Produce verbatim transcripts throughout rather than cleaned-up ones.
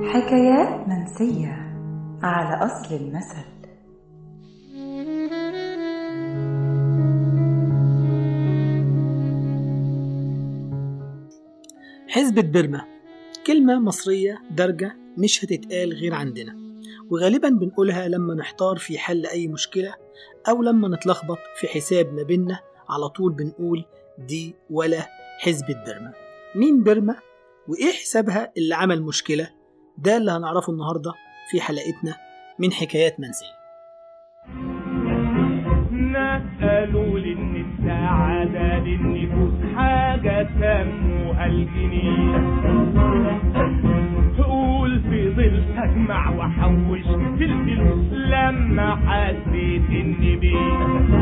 حكايات منسية على أصل المثل. حزبة برما كلمة مصرية درجة مش هتتقال غير عندنا، وغالبا بنقولها لما نحتار في حل أي مشكلة أو لما نتلخبط في حساب ما بيننا، على طول بنقول دي ولا حزبة برما. مين برما وإيه حسابها اللي عمل مشكلة؟ ده اللي هنعرفه النهاردة في حلقتنا من حكايات منسية. قالوا لي ان السعادة للنفوس حاجة سموها الجنيه، تقول في ظل اجمع وحوش في الفلوس لما حسيت اني بيه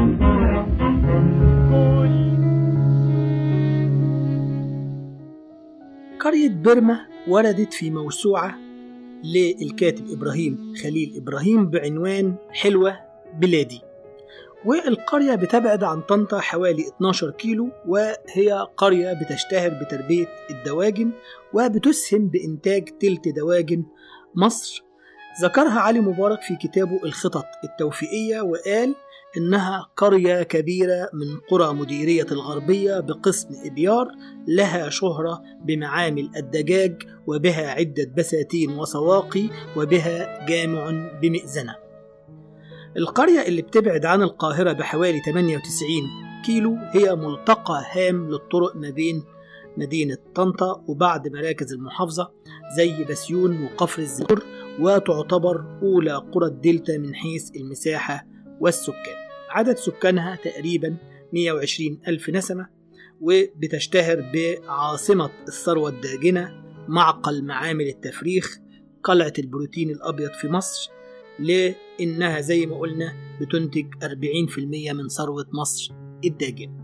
قرية برما وردت في موسوعة للكاتب إبراهيم خليل إبراهيم بعنوان حلوة بلادي، والقرية بتبعد عن طنطا حوالي اتناشر كيلو، وهي قرية بتشتهر بتربية الدواجن وبتسهم بإنتاج تلت دواجن مصر. ذكرها علي مبارك في كتابه الخطط التوفيقية، وقال إنها قرية كبيرة من قرى مديرية الغربية بقسم إبيار، لها شهرة بمعامل الدجاج وبها عدة بساتين وسواقي وبها جامع بمئذنة. القرية اللي بتبعد عن القاهرة بحوالي ثمانية وتسعين كيلو هي ملتقى هام للطرق ما بين مدينة طنطا وبعض مراكز المحافظة زي بسيون وقفر الزهور، وتعتبر أولى قرى الدلتا من حيث المساحة والسكان. عدد سكانها تقريبا مئة وعشرين ألف نسمة، وبتشتهر بعاصمة الثروة الداجنة، معقل معامل التفريخ، قلعة البروتين الأبيض في مصر، لأنها زي ما قلنا بتنتج أربعين بالمئة من ثروة مصر الداجنة.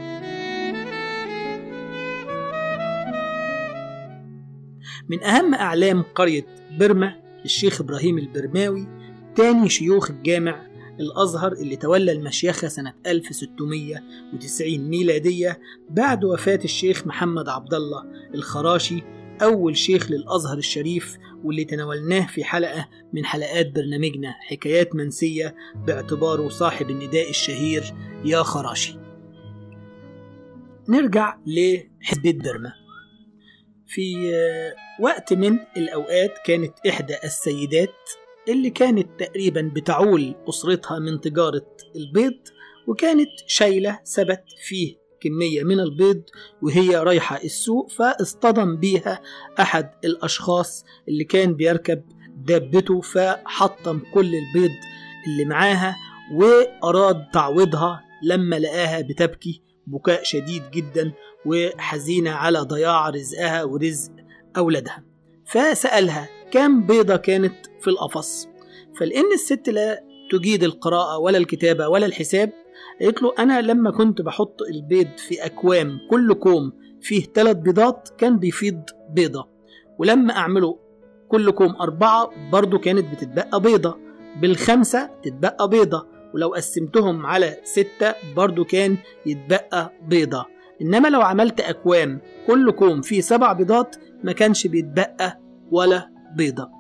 من أهم أعلام قرية برما الشيخ إبراهيم البرماوي، تاني شيوخ الجامع الأزهر اللي تولى المشيخة سنة ألف وستمئة وتسعين ميلادية بعد وفاة الشيخ محمد عبد الله الخراشي، أول شيخ للأزهر الشريف، واللي تناولناه في حلقة من حلقات برنامجنا حكايات منسية باعتباره صاحب النداء الشهير يا خراشي. نرجع لحزبة برما. في وقت من الأوقات كانت إحدى السيدات اللي كانت تقريبا بتعول أسرتها من تجارة البيض، وكانت شايلة سبت فيه كمية من البيض وهي رايحة السوق، فاصطدم بيها أحد الأشخاص اللي كان بيركب دابته، فحطم كل البيض اللي معاها وأراد تعويضها لما لقاها بتبكي بكاء شديد جدا وحزينة على ضياع رزقها ورزق أولادها. فسألها كم بيضة كانت في القفص، فلأن الست لا تجيد القراءة ولا الكتابة ولا الحساب، قالت له أنا لما كنت بحط البيض في أكوام كل كوم فيه ثلاث بيضات كان بيفيض بيضة، ولما أعمله كل كوم أربعة برضو كانت بتتبقى بيضة، بالخمسة تتبقى بيضة، ولو قسمتهم على ستة برضو كان يتبقى بيضة، إنما لو عملت أكوام كل كوم فيه سبع بيضات ما كانش بيتبقى ولا بيضة.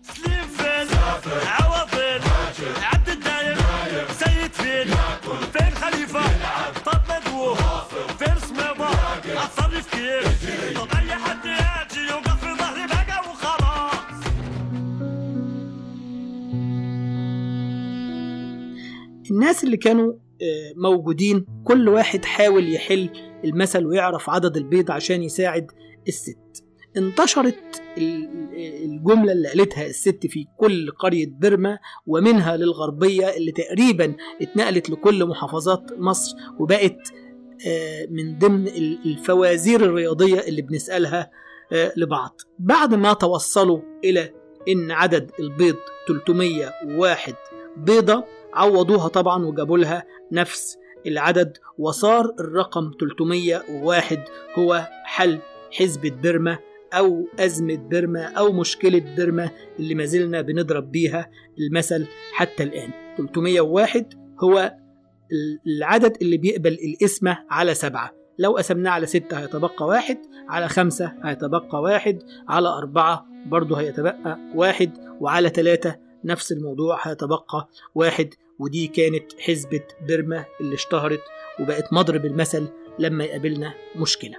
الناس اللي كانوا موجودين كل واحد حاول يحل المثل ويعرف عدد البيض عشان يساعد الست. انتشرت الجملة اللي قالتها الست في كل قرية برما ومنها للغربية اللي تقريبا اتنقلت لكل محافظات مصر، وبقت من ضمن الفوازير الرياضية اللي بنسألها لبعض. بعد ما توصلوا إلى إن عدد البيض ثلاثمئة وواحد بيضة، عوضوها طبعا وجابوا لها نفس العدد، وصار الرقم ثلاثمئة وواحد هو حل حزبة برما أو أزمة برما أو مشكلة برما اللي ما زلنا بنضرب بيها المثل حتى الآن. ثلاثمئة وواحد هو العدد اللي بيقبل القسمة على سبعة، لو قسمناه على ستة هيتبقى واحد، على خمسة هيتبقى واحد، على أربعة برضه هيتبقى واحد، وعلى تلاتة نفس الموضوع هيتبقى واحد. ودي كانت حسبة بيرما اللي اشتهرت وبقت مضرب المثل لما يقابلنا مشكلة.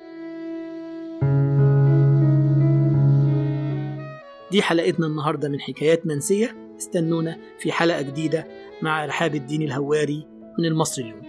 دي حلقتنا النهاردة من حكايات منسية. استنونا في حلقة جديدة مع رحاب الدين الهواري من المصري اليوم.